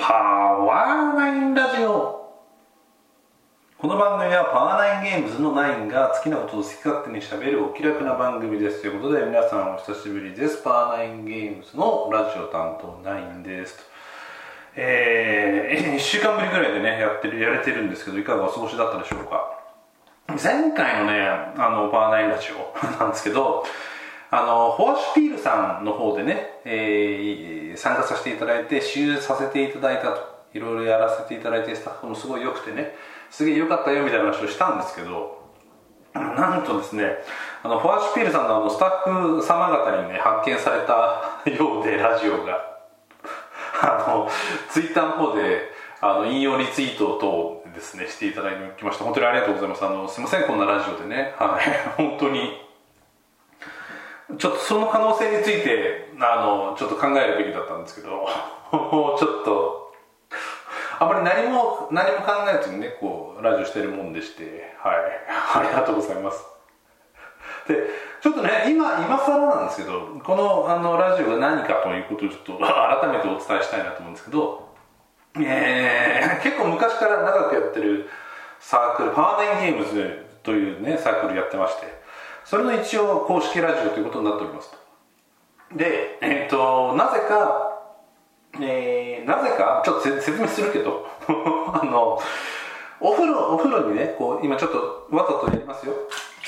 パワーナインラジオ。この番組はパワーナインゲームズのナインが好きなことを好き勝手にしゃべるお気楽な番組ですということで、皆さんお久しぶりです。パワーナインゲームズのラジオ担当ナインですと。1週間ぶりぐらいでねやれてるんですけど、いかがお過ごしだったでしょうか。前回のねパワーナインラジオなんですけど、フォアシュピールさんの方でね、参加させていただいて使用させていただいたと、いろいろやらせていただいて、スタッフもすごい良くてね、すげえ良かったよみたいな話をしたんですけど、なんとですね、フォアシュピールさんのスタッフ様方にね発見されたようで、ラジオがツイッターの方で引用リツイート等ですねしていただいてきました。本当にありがとうございます。すいません、こんなラジオでね、本当にちょっとその可能性についてちょっと考えるべきだったんですけどちょっとあまり何も考えずにねこうラジオしてるもんでして、ありがとうございます。でちょっとね今更なんですけど、このラジオが何かということをちょっと改めてお伝えしたいなと思うんですけど、結構昔から長くやってるサークル、パワーナインゲームズというねサークルやってまして、それの一応公式ラジオということになっておりますと。でなぜかちょっと説明するけどお風呂にねこう今ちょっとわざとやりますよ。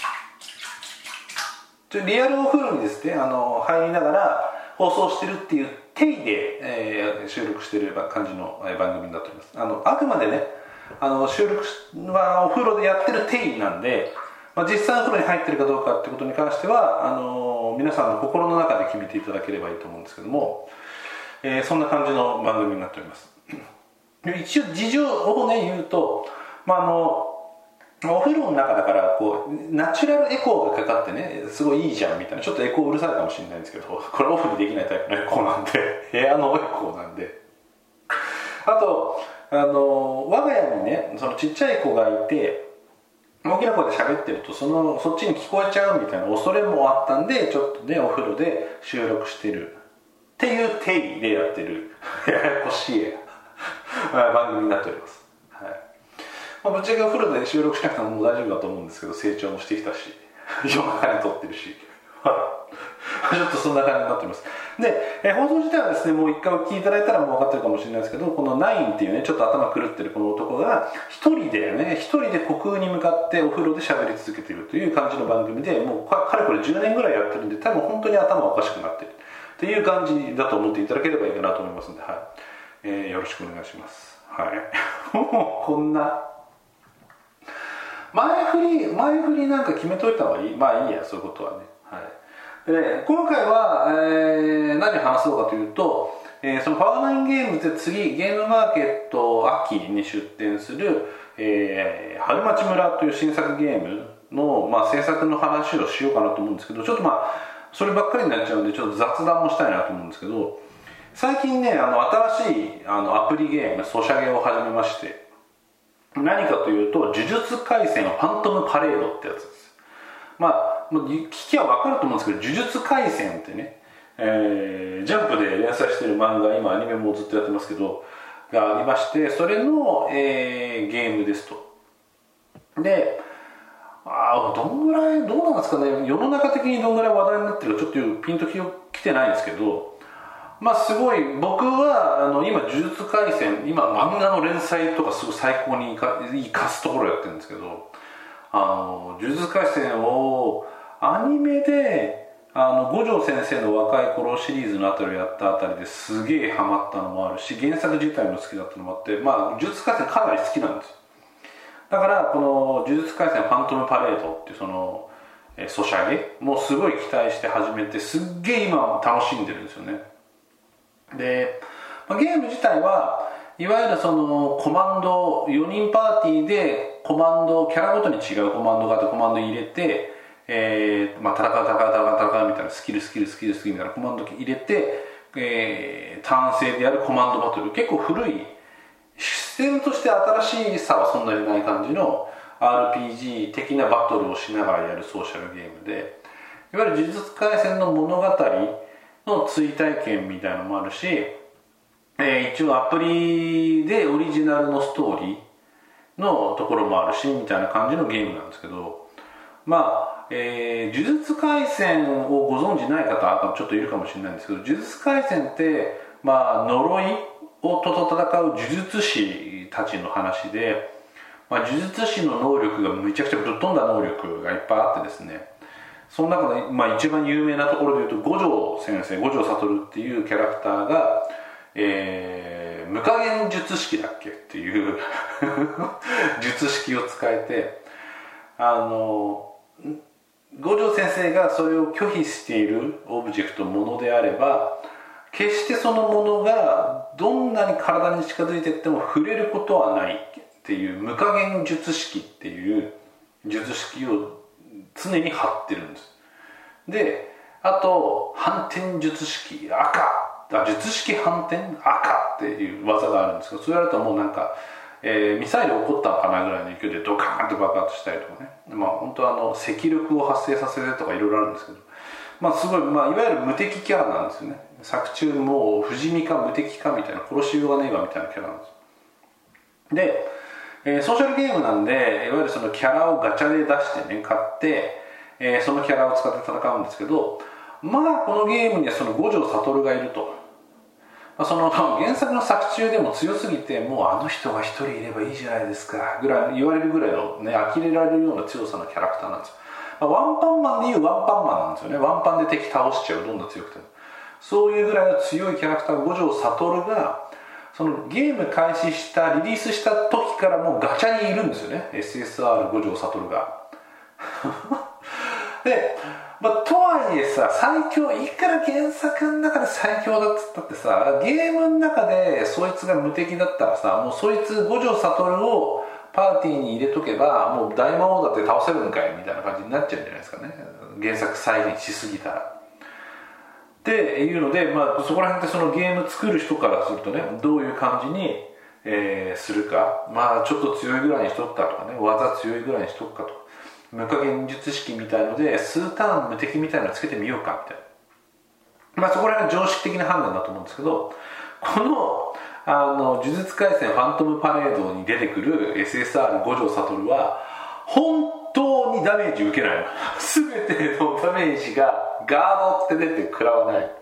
リアルお風呂にですね入りながら放送してるっていう体で、収録してる感じの番組になっております。あくまでね収録はお風呂でやってる体なんで、実際お風呂に入ってるかどうかってことに関しては皆さんの心の中で決めていただければいいと思うんですけども、そんな感じの番組になっております。一応事情をね言うと、お風呂の中だからこうナチュラルエコーがかかってねすごいいいじゃんみたいな、ちょっとエコーうるさいかもしれないんですけど、これオフにできないタイプのエコーなんで部屋のエコーなんで、あと我が家にねそのちっちゃい子がいて大きな声で喋ってるとそっちに聞こえちゃうみたいな恐れもあったんで、ちょっとねお風呂で収録してるっていう体でやってるややこしい番組になっております。ぶっちゃけお風呂で収録しなくてももう大丈夫だと思うんですけど、成長もしてきたし夜中に撮ってるしちょっとそんな感じになっております。で、放送自体はですねもう一回お聞きいただいたらもう分かってるかもしれないですけど、このナインっていうねちょっと頭狂ってるこの男が一人で虚空に向かってお風呂で喋り続けているという感じの番組で、もうかれこれ10年ぐらいやってるんで、多分本当に頭おかしくなってるっていう感じだと思っていただければいいかなと思いますので、よろしくお願いします。もうこんな前振りなんか決めといた方がいい。いいや、そういうことはね。で今回は、何を話そうかというと、そのパワーナインゲームズで次ゲームマーケット秋に出展する、春町村という新作ゲームの、制作の話をしようかなと思うんですけど、ちょっとそればっかりになっちゃうんでちょっと雑談もしたいなと思うんですけど、最近ね新しいアプリゲームソシャゲを始めまして、何かというと呪術廻戦ファントムパレードってやつです。聞きは分かると思うんですけど、呪術廻戦ってね、ジャンプで連載してる漫画、今アニメもずっとやってますけどがありまして、それの、ゲームですと。でどんぐらいどうなんですかね、世の中的にどんぐらい話題になってるかちょっとピンときてないんですけど、すごい僕は今呪術廻戦、今漫画の連載とかすごい最高に生かすところやってるんですけど、呪術廻戦をアニメで五条先生の若い頃シリーズのあたりをやったあたりですげえハマったのもあるし、原作自体も好きだったのもあって、呪術廻戦かなり好きなんですよ。だからこの呪術廻戦ファントムパレードっていうそのソシャゲもすごい期待して始めて、すっげえ今楽しんでるんですよね。で、ゲーム自体はいわゆるそのコマンド4人パーティーでコマンドキャラごとに違うコマンドがあって、コマンド入れて、戦うみたいなスキルみたいなコマンド入れて、単性でやるコマンドバトル、結構古いシステムとして新しさはそんなにない感じの RPG 的なバトルをしながらやるソーシャルゲームで、いわゆる呪術廻戦の物語の追体験みたいなのもあるし、 一応アプリでオリジナルのストーリーのところもあるしみたいな感じのゲームなんですけど、まあ、呪術廻戦をご存じない方ちょっといるかもしれないんですけど、呪術廻戦って、まあ、呪いと戦う呪術師たちの話で、まあ、呪術師の能力がめちゃくちゃぶっ飛んだ能力がいっぱいあってですね、その中で、まあ、一番有名なところでいうと五条先生、五条悟っていうキャラクターが、無加減術式だっけっていう術式を使えて、五条先生がそれを拒否しているオブジェクトものであれば、決してそのものがどんなに体に近づいていっても触れることはないっていう無加減術式っていう術式を常に貼ってるんです。で、あと反転術式術式反転赤っていう技があるんですけど、それやるともうなんか、ミサイル起こったのかなぐらいの勢いでドカーンと爆発したりとかね、まあ本当は赤力を発生させるとかいろいろあるんですけど、まあすごい、まあ、いわゆる無敵キャラなんですよね。作中もう不死身か無敵かみたいな、殺しようがねえわみたいなキャラなんです。で、ソーシャルゲームなんで、いわゆるそのキャラをガチャで出してね、買って、そのキャラを使って戦うんですけど、まあこのゲームにはその五条悟がいると、その原作の作中でも強すぎて、もうあの人が一人いればいいじゃないですかぐらい言われるぐらいのね、呆れられるような強さのキャラクターなんですよ。ワンパンマンでいうワンパンマンなんですよね。ワンパンで敵倒しちゃう、どんな強くても。そういうぐらいの強いキャラクター五条悟がそのゲーム開始したリリースした時からもうガチャにいるんですよね、 SSR 五条悟がで、まあ、とはいえさ、最強、いくら原作の中で最強だっつったってさ、ゲームの中でそいつが無敵だったらさ、もうそいつ五条悟をパーティーに入れとけばもう大魔王だって倒せるんかいみたいな感じになっちゃうんじゃないですかね、原作再現しすぎたらっていうので、まあ、そこら辺ってそのゲーム作る人からするとね、どういう感じに、するか、まあちょっと強いぐらいにしとくかとかね、技強いぐらいにしとくかとか、無加減術式みたいので数ターン無敵みたいなのつけてみようかみたいな、まあそこら辺が常識的な判断だと思うんですけど、この呪術廻戦ファントムパレードに出てくる SSR 五条悟は本当にダメージ受けないの。全てのダメージがガードって出て食らわないで、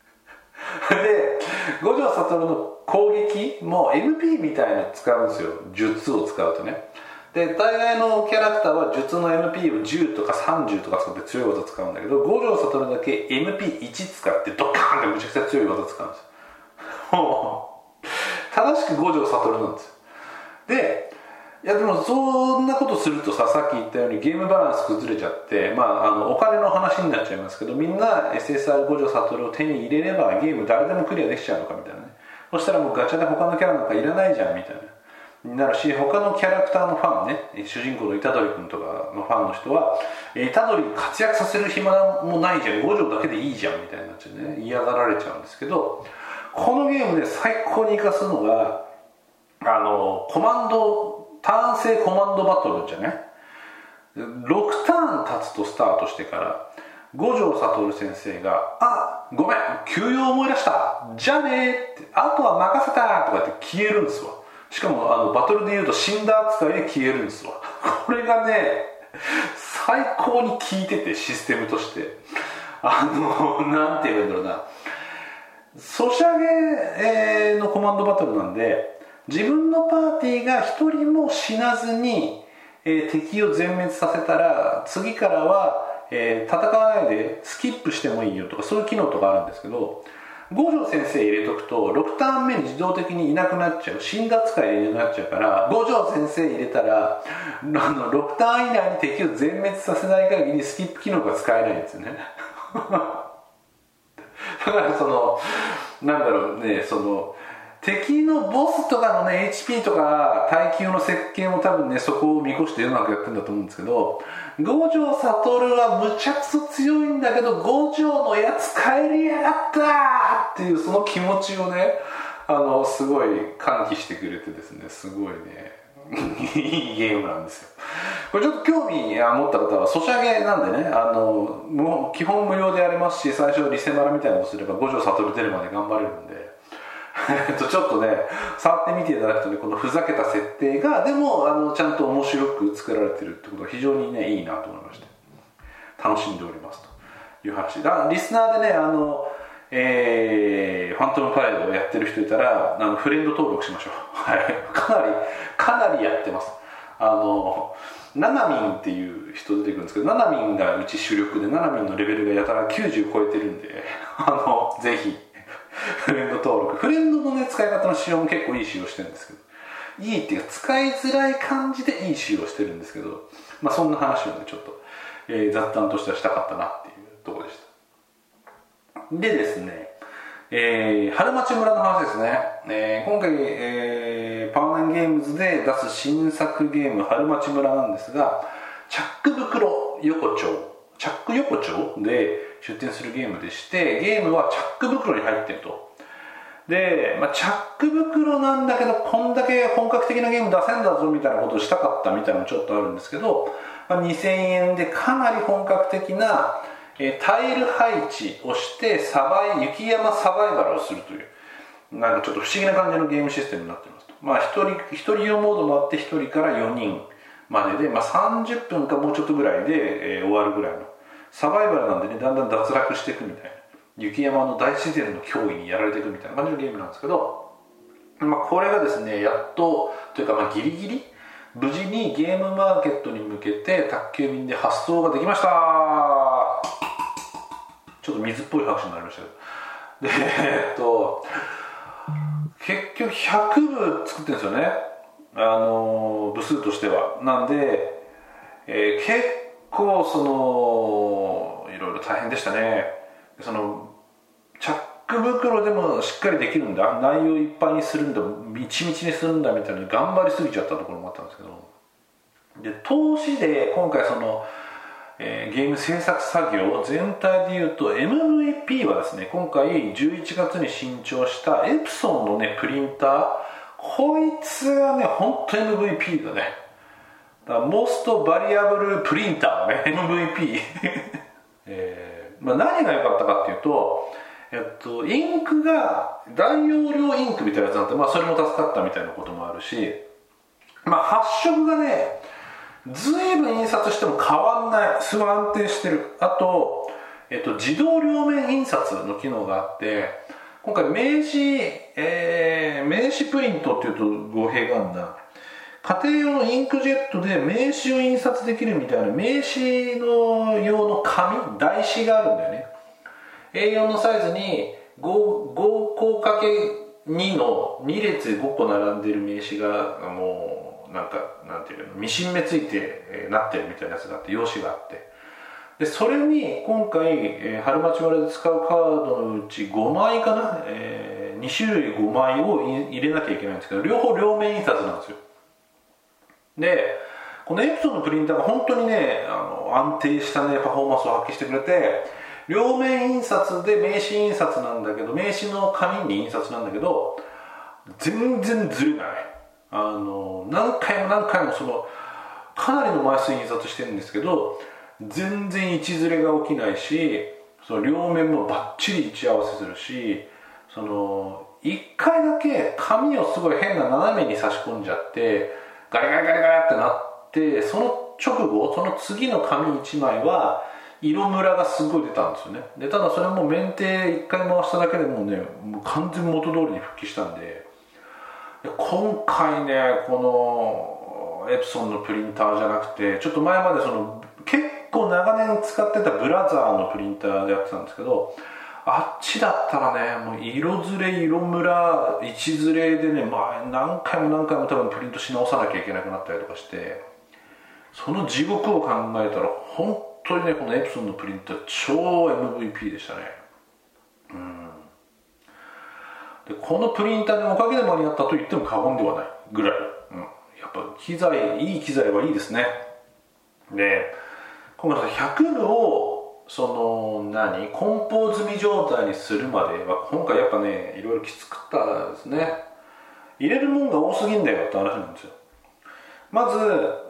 五条悟の攻撃も MP みたいなの使うんですよ、術を使うとね。で、大概のキャラクターは術の MP を10とか30とか使って強い技使うんだけど、五条悟だけ MP1 使ってドカーンってむちゃくちゃ強い技使うんですよ。もう正しく五条悟なんですよ。で、いやでもそんなことするとさ、さっき言ったようにゲームバランス崩れちゃって、まあ、お金の話になっちゃいますけど、みんな SSR 五条悟を手に入れればゲーム誰でもクリアできちゃうのかみたいなね。そしたらもうガチャで他のキャラなんかいらないじゃんみたいなになるし、他のキャラクターのファンね、主人公の虎杖君とかのファンの人は虎杖活躍させる暇もないじゃん、五条だけでいいじゃんみたいになっちゃうね、嫌がられちゃうんですけど、このゲームで最高に活かすのがコマンド、ターン制コマンドバトルじゃね、6ターン経つとスタートしてから五条悟先生が「あ、ごめん、休養思い出した、じゃあね」って「あとは任せた」とかって消えるんですわ。しかもバトルでいうと死んだ扱いで消えるんですわ。これがね最高に効いてて、システムとしてなんて言うんだろうな、ソシャゲのコマンドバトルなんで、自分のパーティーが一人も死なずに、敵を全滅させたら次からは、戦わないでスキップしてもいいよとか、そういう機能とかあるんですけど、五条先生入れとくと6ターン目に自動的にいなくなっちゃう、死んだ扱いになっちゃうから、五条先生入れたら6ターン以内に敵を全滅させない限りスキップ機能が使えないんですよね。だからなんだろうね、敵のボスとかのね HP とか耐久の設計も多分ね、そこを見越してうまくやってるんだと思うんですけど、五条悟はむちゃくそ強いんだけど、五条のやつ帰りやがったっていうその気持ちをね、すごい喚起してくれてですね、すごいねいいゲームなんですよ。これちょっと興味持った方は、ソシャゲなんでね、もう基本無料でやれますし、最初リセマラみたいなのをすれば五条悟出るまで頑張れるんでちょっとね触ってみていただくとね、このふざけた設定がでもちゃんと面白く作られてるってことが非常にねいいなと思いまして、楽しんでおりますという話だ。リスナーでねファントムパレードをやってる人いたらフレンド登録しましょう。はい、かなりやってます。ナナミンっていう人出てくるんですけど、ナナミンがうち主力で、ナナミンのレベルがやたら90超えてるんでぜひフレンド登録、フレンドのね使い方の仕様も結構いい仕様してるんですけど、いいっていうか使いづらい感じでいい仕様してるんですけど、そんな話をねちょっと、雑談としてはしたかったなっていうところでした。でですね、春町村の話ですね。今回、パワーナインゲームズで出す新作ゲーム春町村なんですが、チャック袋横丁、チャック横丁で出展するゲームでして、ゲームはチャック袋に入ってると。で、チャック袋なんだけどこんだけ本格的なゲーム出せんだぞみたいなことをしたかったみたいなのもちょっとあるんですけど、2000円でかなり本格的なタイル配置をして雪山サバイバルをするというなんかちょっと不思議な感じのゲームシステムになっていますと。一人用モードもあって1人から4人までで、30分かもうちょっとぐらいで、終わるぐらいのサバイバルなんでね、だんだん脱落していくみたいな、雪山の大自然の脅威にやられていくみたいな感じのゲームなんですけど、これがですねやっとというかギリギリ無事にゲームマーケットに向けて宅急便で発送ができました。ちょっと水っぽい拍手になりましたけど、結局100部作ってるんですよね、部数としては。なんで、結構いろいろ大変でしたね。チャック袋でもしっかりできるんだ、内容いっぱいにするんだ、みちみちにするんだみたいな頑張りすぎちゃったところもあったんですけど、で投資で今回ゲーム制作作業全体でいうと MVP はですね、今回11月に新調したエプソンのねプリンター、こいつがね本当 MVP だね。だからモストバリアブルプリンターね MVP 何が良かったかっていうと、インクが大容量インクみたいなやつなんで、それも助かったみたいなこともあるし、発色がねずいぶん印刷しても変わんない、すごい安定してる。あと、自動両面印刷の機能があって、今回名刺プリントっていうと語弊があるんだ、家庭用のインクジェットで名刺を印刷できるみたいな名刺の用の紙、台紙があるんだよね。A4 のサイズに5個かけ2の2列5個並んでる名刺がもうなんていうの、ミシン目ついて、なってるみたいなやつがあって、用紙があって、でそれに今回、春町村で使うカードのうち5枚かな、2種類5枚を入れなきゃいけないんですけど、両方両面印刷なんですよ。でこのエプソンのプリンターが本当にね安定したねパフォーマンスを発揮してくれて、両面印刷で名刺印刷なんだけど、名刺の紙に印刷なんだけど全然ずれない。何回もかなりの枚数印刷してるんですけど全然位置ずれが起きないし、両面もバッチリ位置合わせするし、1回だけ紙をすごい変な斜めに差し込んじゃってガリガリガリガリってなって、その直後その次の紙1枚は色ムラがすごい出たんですよね。でただそれもメンテ1回回しただけでもう完全元通りに復帰したんで、今回ねこのエプソンのプリンターじゃなくて、ちょっと前まで結構長年使ってたブラザーのプリンターでやってたんですけど、あっちだったらねもう色ずれ色ムラ位置ずれでね、何回も多分プリントし直さなきゃいけなくなったりとかして、その地獄を考えたら本当にねこのエプソンのプリンター超 MVP でしたね。でこのプリンターのおかげで間に合ったと言っても過言ではないぐらい、やっぱいい機材はいいですね。で今回100部を梱包済み状態にするまでは今回やっぱねいろいろきつかったですね。入れるもんが多すぎんだよって話なんですよ。まず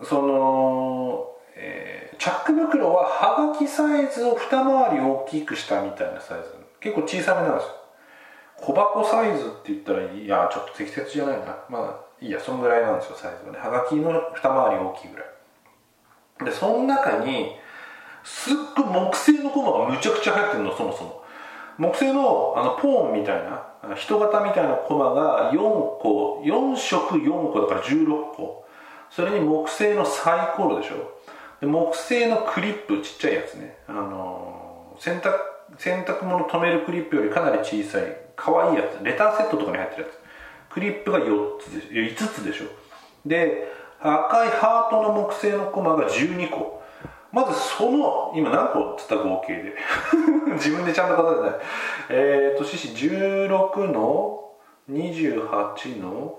チャック袋ははがきサイズを二回り大きくしたみたいなサイズ、結構小さめなんですよ。 小箱サイズって言ったらいやちょっと適切じゃないな、まあいいや、そんぐらいなんですよ、サイズがね。はがきの二回り大きいぐらいで、その中にすっごい木製のコマがむちゃくちゃ入ってるの。そもそも木製のポーンみたいな人型みたいなコマが4個、4色4個だから16個、それに木製のサイコロでしょ。で木製のクリップ、ちっちゃいやつね、洗濯物留めるクリップよりかなり小さいかわいいやつ、レターセットとかに入ってるやつ、クリップが5つでしょ。で赤いハートの木製のコマが12個。まずその今何個っつった合計で自分でちゃんと数えてない。獅子16の28の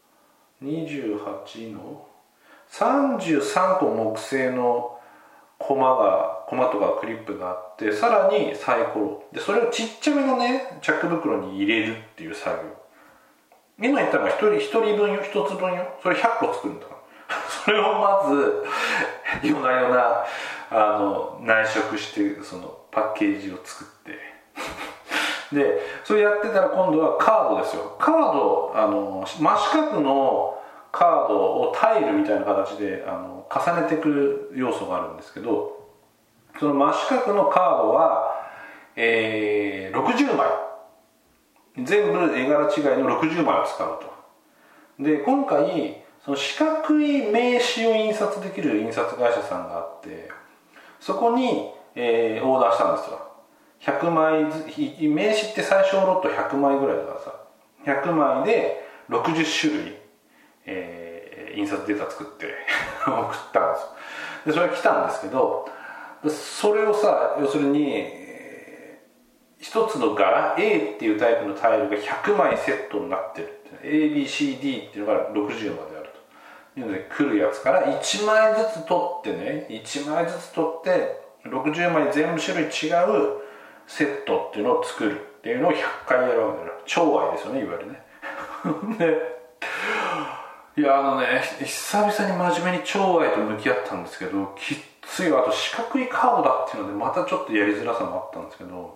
33個木製のコマとかクリップがあって、さらにサイコロで、それをちっちゃめのねチャック袋に入れるっていう作業。今言ったのは1人分よ、1つ分よ。それ100個作るんだからそれをまず夜な夜な内職してそのパッケージを作ってでそれやってたら今度はカードですよ。カード真四角のカードをタイルみたいな形で重ねていく要素があるんですけど、その真四角のカードは、60枚全部絵柄違いの60枚を使うと。で今回その四角い名刺を印刷できる印刷会社さんがあって、そこに、オーダーしたんですよ。100枚名刺って最小ロット100枚ぐらいだからさ、100枚で60種類、印刷データ作って送ったんですよ。でそれが来たんですけど、それをさ、要するに、一つの柄 A っていうタイプのタイルが100枚セットになってる。ABCD っていうのが60まであるというので、来るやつから1枚ずつ取ってね、1枚ずつ取って60枚全部種類違うセットっていうのを作るっていうのを100回やるわけだよ。超愛ですよね、いわゆるねでいや久々に真面目に超愛と向き合ったんですけど、きっつい。あと四角いカードだっていうのでまたちょっとやりづらさもあったんですけど、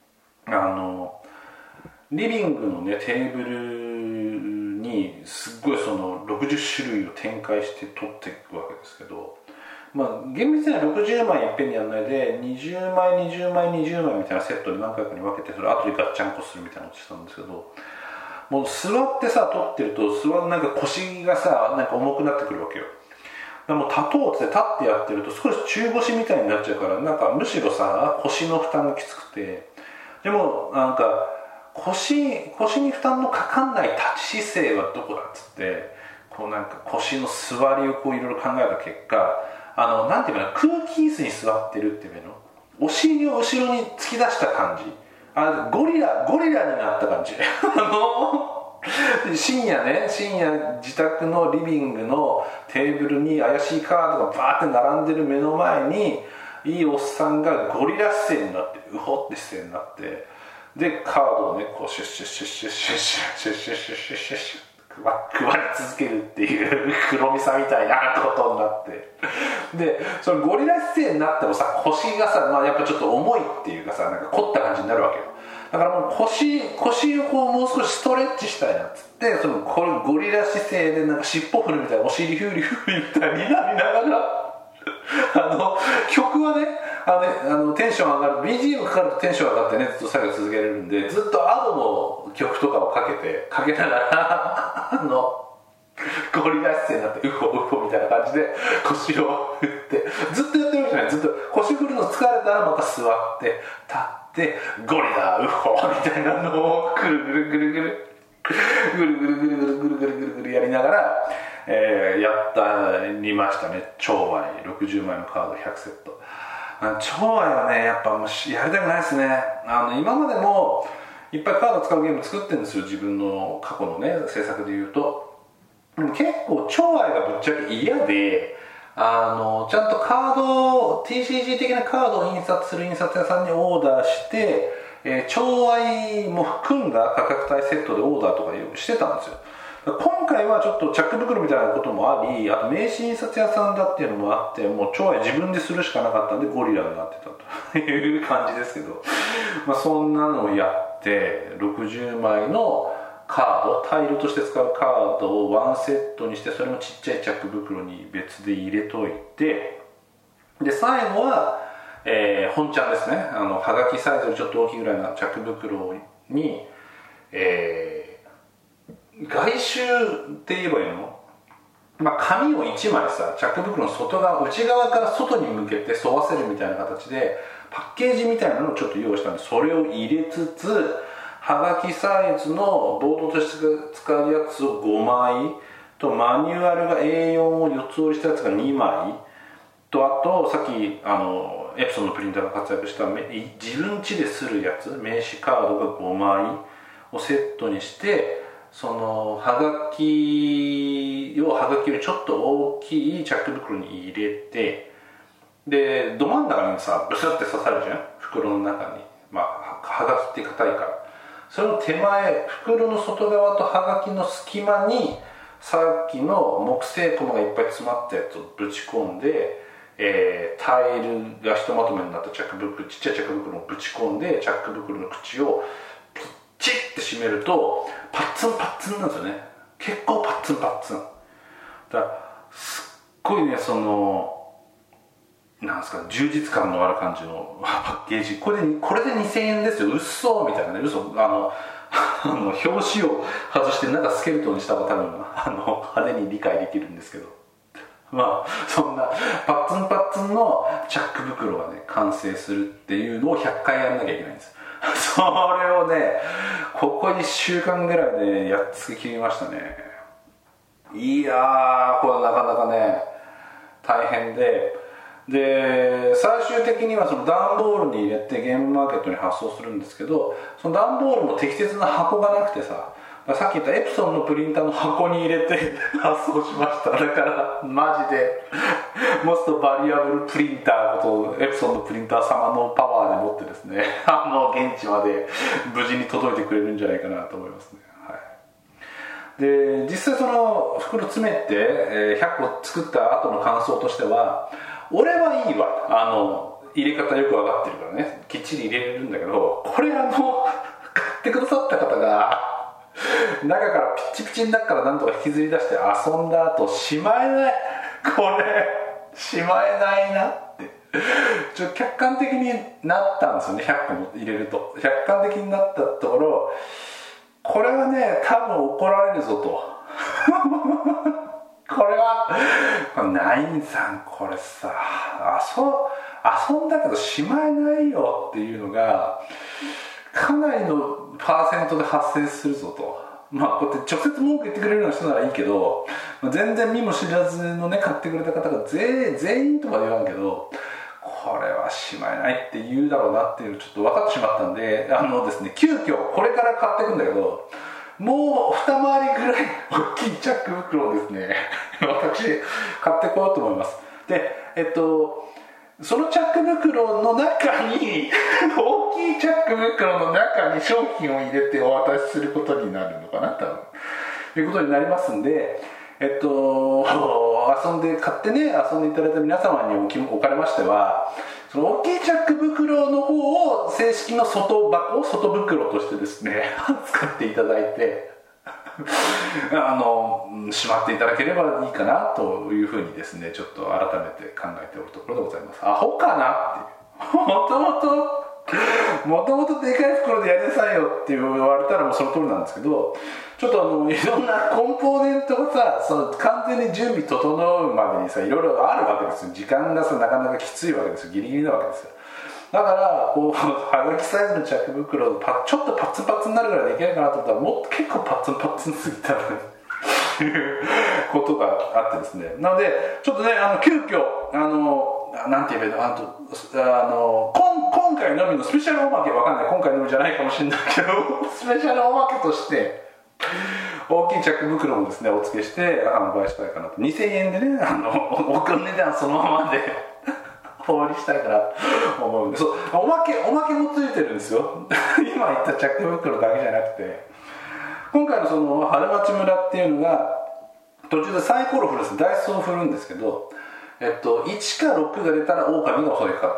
リビングのねテーブルにすっごいその60種類を展開して取っていくわけですけど、まあ厳密には60枚いっぺんにやらないで20枚20枚20枚みたいなセットで何回かに分けて、それ後でガッチャンコするみたいなことしたんですけど、もう座ってさ取ってるとなんか腰がさなんか重くなってくるわけよ。でも立とうって立ってやってると少し中腰みたいになっちゃうから、なんかむしろさ腰の負担がきつくて、でもなんか腰に負担のかかんない立ち姿勢はどこだっつって、こうなんか腰の座りをこういろいろ考えた結果、なんていうかな、空気椅子に座ってるっていうの、お尻を後ろに突き出した感じ、ゴリラになった感じ深夜自宅のリビングのテーブルに怪しいカードがバーって並んでる目の前にいいおっさんがゴリラ姿勢になって、うほって姿勢になって、でカードをねこうシュッシュッシュッシュッシュッシュッシュッシュッシュッシュッシュッシュッ配り続けるっていう黒みさみたいなことになって、でそのゴリラ姿勢になってもさ腰がさ、やっぱちょっと重いっていうかさ、なんか凝った感じになるわけよ。だからもう腰をこうもう少しストレッチしたいなっつって、そのゴリラ姿勢でなんか尻尾振るみたいな、お尻フリフリみたいになりながら曲はねテンション上がる BGM かかるとテンション上がってね、ずっと作業続けれるんで、ずっとアドの曲とかをかけながらゴリラ姿勢になってウホウホみたいな感じで腰を振ってずっとやってるわけじゃない。ずっと腰振るの疲れたらまた座って立ってゴリラウホみたいなのをぐるぐるぐるぐるぐるぐるぐるぐるぐるぐるぐるぐるぐるやりながらりましたね。超愛60枚のカード100セット。超愛はねやっぱもうやりたくないですね。今までもいっぱいカード使うゲーム作ってるんですよ、自分の過去のね制作でいうと。でも結構超愛がぶっちゃけ嫌で、ちゃんとカード TCG 的なカードを印刷する印刷屋さんにオーダーして、超愛も含んだ価格帯セットでオーダーとかしてたんですよ。今回はちょっとチャック袋みたいなこともあり、あと名刺印刷屋さんだっていうのもあって、もう超愛自分でするしかなかったんでゴリラになってたという感じですけど、そんなのをやっって60枚のカード、タイルとして使うカードをワンセットにして、それもちっちゃいチャック袋に別で入れといて、で最後は、本ちゃんですね、はがきサイズよりちょっと大きいぐらいのチャック袋に、外周って言えばいいの、紙を1枚さ、チャック袋の外側、内側から外に向けて沿わせるみたいな形でパッケージみたいなのをちょっと用意したんで、それを入れつつ、はがきサイズのボードとして使うやつを5枚と、マニュアルが A4 を4つ折りしたやつが2枚と、あとさっきエプソンのプリンターが活躍した自分家でするやつ、名刺カードが5枚をセットにして、そのはがきよりちょっと大きいチャック袋に入れて、でど真ん中にさブスって刺さるじゃん、袋の中に。はがきって硬いから、それの手前、袋の外側とはがきの隙間にさっきの木製コマがいっぱい詰まったやつをぶち込んで、タイルがひとまとめになったちっちゃいチャック袋をぶち込んで、チャック袋の口をピッチッて閉めるとパッツンパッツンなんですよね。結構パッツンパッツンだから、すっごいね、なんですか、充実感のある感じのパッケージ。これで2000円ですよ、うっそみたいなね。表紙を外して中スケルトンにした方が多分派手に理解できるんですけど、そんなパッツンパッツンのチャック袋がね完成するっていうのを100回やんなきゃいけないんです。それをね、ここ1週間ぐらいでやっつけ切りましたね。いやー、これなかなかね大変で、最終的にはその段ボールに入れてゲームマーケットに発送するんですけど、その段ボールも適切な箱がなくてさ、さっき言ったエプソンのプリンターの箱に入れて発送しました。だからマジでモストバリアブルプリンターことエプソンのプリンター様のパワーでもってですね、現地まで無事に届いてくれるんじゃないかなと思いますね。で実際その袋詰めて100個作った後の感想としては、俺はいいわ、入れ方よく分かってるからね、きっちり入れれるんだけど、これ買ってくださった方が中からピッチピチになるからなんとか引きずり出して遊んだ後しまえない、これしまえないなって客観的になったんですよね。100個も入れると客観的になったところ、これはね多分怒られるぞとこれナインさんこれさ遊んだけどしまえないよっていうのがかなりのパーセントで発生するぞと。こうやって直接文句言ってくれるような人ならいいけど、全然見も知らずのね買ってくれた方が全員とは言わんけど、これはしまえないって言うだろうなっていうのちょっと分かってしまったんで、ですね、急遽これから買っていくんだけど、もう二回りぐらい大きいチャック袋をですね私買ってこようと思います。でそのチャック袋の中に大きいチャック袋の中に商品を入れてお渡しすることになるのかな、多分ということになりますんで、買ってね遊んでいただいた皆様におかれましては、その大きいチャック袋の方を正式の外袋としてですね使っていただいてしまっていただければいいかなというふうにですね、ちょっと改めて考えておるところでございます。アホかなっていう、もともとでかい袋でやりなさいよって言われたらもうその通りなんですけど、ちょっといろんなコンポーネントがさ完全に準備整うまでにさいろいろあるわけですよ。時間がなかなかきついわけですよ。ギリギリなわけですよ。だからはがきサイズのチャック袋ちょっとパツンパツンになるぐらいでいけないかなと思ったら、もっと結構パツンパツンすぎたということがあってですね。なのでちょっとね急遽なんて言えばいいの、今回のみのスペシャルおまけ、わかんない、今回のみじゃないかもしれないけどスペシャルおまけとして大きいチャック袋もですねお付けして販売したいかなと。2000円でねお値段そのままで放りしたいかなと思うんで、おまけもついてるんですよ今言ったチャック袋だけじゃなくて、今回のその春町村っていうのが途中でサイコロ振るんです、ダイスを振るんですけど、1か6が出たら狼が襲いかかってくる。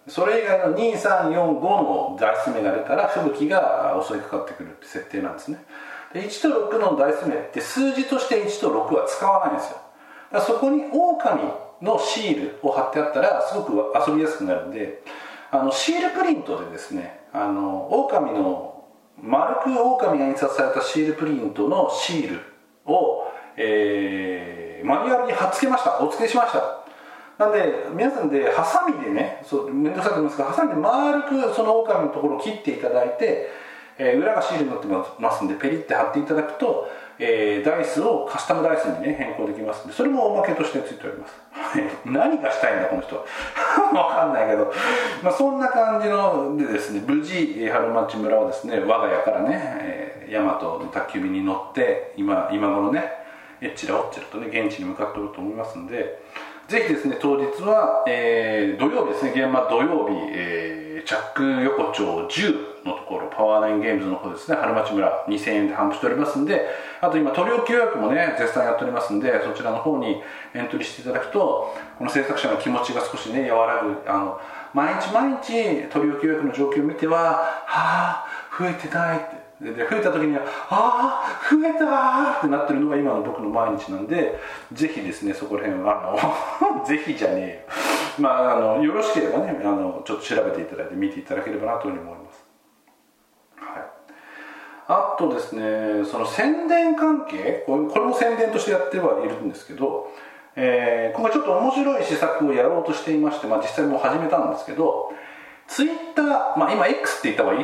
それ以外の2,3,4,5のダイス目が出たら吹雪が襲いかかってくるって設定なんですね。で1と6のダイス目って数字として1と6は使わないんですよ。だからそこに狼のシールを貼ってあったらすごく遊びやすくなるんで、シールプリントでですね、狼の丸く狼が印刷されたシールプリントのシールを、マニュアルに貼っつけました。お付けしました。なんで皆さんでハサミでね、面倒くさいと思いますが、ハサミで丸くその狼のところを切っていただいて、裏がシールになってますんでペリって貼っていただくと、ダイスをカスタムダイスにね変更できますんで、それもおまけとしてついております。何がしたいんだこの人はわかんないけど、そんな感じのでですね、無事春町村はですね、我が家からね、大和の宅急便に乗って今頃ねえっちらおっちらとね現地に向かっておると思いますんで、ぜひですね当日は、土曜日ですね、現場土曜日、チャック横丁10のところ、パワーナインゲームズの方ですね、春町村2000円で販布しておりますんで、あと今取り置き予約もね絶賛やっておりますんで、そちらの方にエントリーしていただくと、この制作者の気持ちが少しね和らぐ、毎日取り置き予約の状況を見ては、増えてないって、で増えた時には増えたってなってるのが今の僕の毎日なんで、ぜひですねそこら辺はぜひじゃねえよ、よろしければねちょっと調べていただいて見ていただければなというふうに思います。はい、あとですね、その宣伝関係、これも宣伝としてやってはいるんですけど、今回ちょっと面白い施策をやろうとしていまして、実際もう始めたんですけど、ツイッター、今 X って言った方がいい？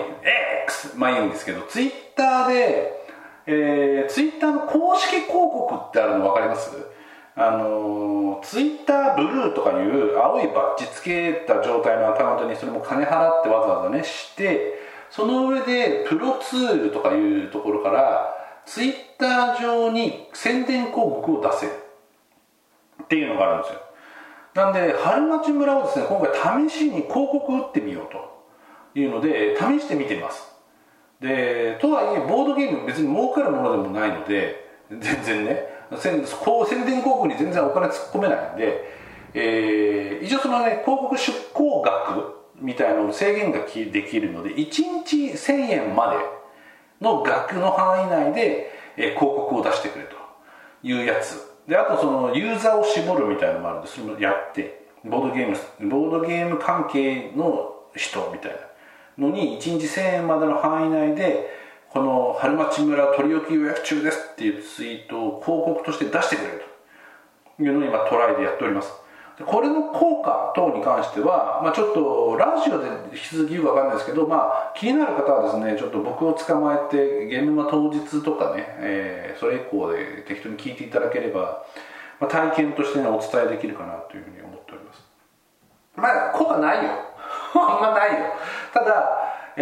X! いいんですけど、ツイッターで、ツイッターの公式広告ってあるの分かります？ツイッターブルーとかいう青いバッジつけた状態のアカウントにそれも金払ってわざわざねして、その上でプロツールとかいうところからツイッター上に宣伝広告を出せるっていうのがあるんですよ。なんで春町村をですね、今回試しに広告打ってみようというので試してみてます。でとはいえボードゲーム別に儲かるものでもないので、全然ね宣伝広告に全然お金突っ込めないんで、一応そのね広告出稿額みたいなの制限ができるので、1日1000円までの額の範囲内で、広告を出してくれというやつで、あとそのユーザーを絞るみたいなのもあるんで、それもやって、ボードゲーム関係の人みたいなのに1日1000円までの範囲内で、この春町村取り置き予約中ですっていうツイートを広告として出してくれるというのを今トライでやっております。でこれの効果等に関しては、ちょっとラジオで引き続き分かんないですけど、気になる方はですね、ちょっと僕を捕まえてゲームマ当日とかね、それ以降で適当に聞いていただければ、体験として、ね、お伝えできるかなというふうに思っております。効果ないよあんまないよ。ただ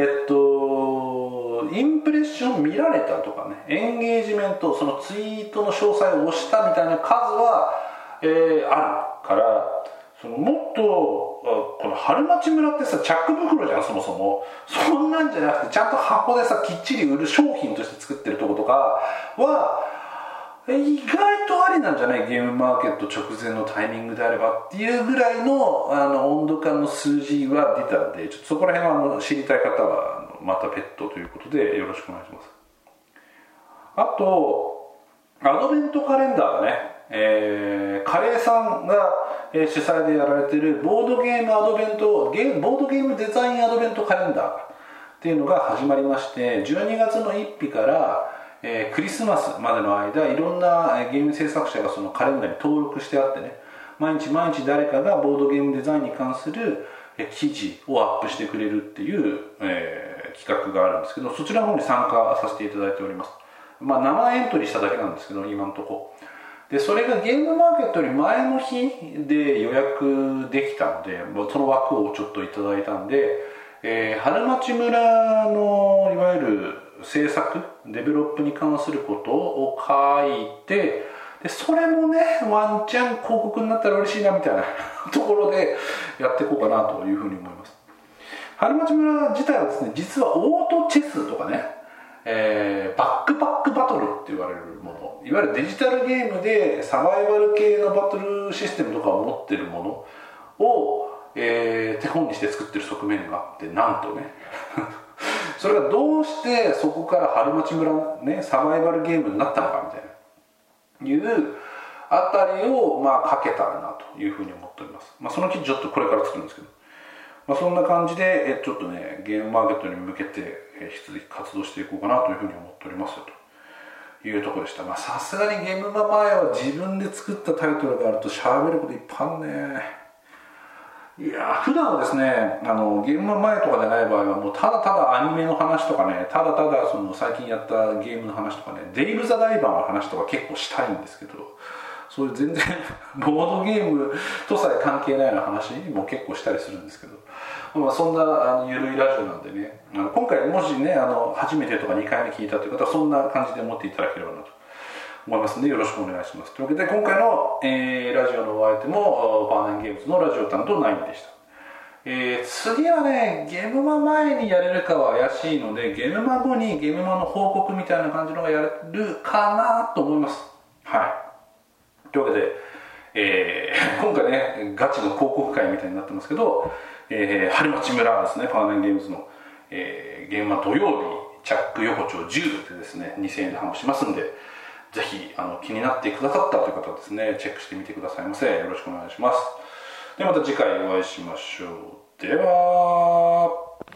インプレッション見られたとかね、エンゲージメント、そのツイートの詳細を押したみたいな数は、あるから、もっとこの春町村ってさ、チャック袋じゃん、そもそも。そんなんじゃなくてちゃんと箱でさきっちり売る商品として作ってるとことかは意外とありなんじゃない？ゲームマーケット直前のタイミングであればっていうぐらいの温度感の数字は出たんで、ちょっとそこら辺は知りたい方はまた別途ということでよろしくお願いします。あとアドベントカレンダーがね、カレーさんが主催でやられているボードゲームデザインアドベントカレンダーっていうのが始まりまして、12月の1日からクリスマスまでの間、いろんなゲーム制作者がそのカレンダーに登録してあってね、毎日誰かがボードゲームデザインに関する記事をアップしてくれるっていう、企画があるんですけど、そちらの方に参加させていただいております。生エントリーしただけなんですけど、今のところで、それがゲームマーケットより前の日で予約できたので、その枠をちょっといただいたんで、春町村のいわゆる制作デベロップに関することを書いて、でそれもねワンチャン広告になったら嬉しいなみたいなところでやっていこうかなというふうに思います。春町村自体はですね、実はオートチェスとかね、バックパックバトルって言われるもの、いわゆるデジタルゲームでサバイバル系のバトルシステムとかを持ってるものを、 手本にして作ってる側面があって、なんとねそれがどうしてそこから春町村ねサバイバルゲームになったのかみたいないうあたりをかけたらなというふうに思っております。その記事ちょっとこれから作るんですけど、そんな感じでちょっとねゲームマーケットに向けて引き続き活動していこうかなというふうに思っておりますよというところでした。さすがにゲームマ前は自分で作ったタイトルがあると喋ることいっぱいあるね。いや普段はですねゲーム前とかでない場合はもうただただアニメの話とかね、ただただその最近やったゲームの話とかね、デイブ・ザ・ダイバーの話とか結構したいんですけど、そういう全然ボードゲームとさえ関係ないような話も結構したりするんですけど、そんなゆるいラジオなんでね、今回もしね初めてとか2回目聞いたという方はそんな感じで思っていただければなと思いますので、よろしくお願いします。というわけで今回の、ラジオのお相手もバーナンゲームズのラジオ担当ナインでした。次はねゲームマ前にやれるかは怪しいので、ゲームマ後にゲームマの報告みたいな感じのがやれるかなと思います。はい。というわけで、今回ねガチの広告会みたいになってますけど、春町村ですね、パワーナインゲームズの、ゲームマ土曜日チャック横丁10でですね2000円で販売しますんで、ぜひ気になってくださったという方はですねチェックしてみてくださいませ。よろしくお願いします。ではまた次回お会いしましょう。では。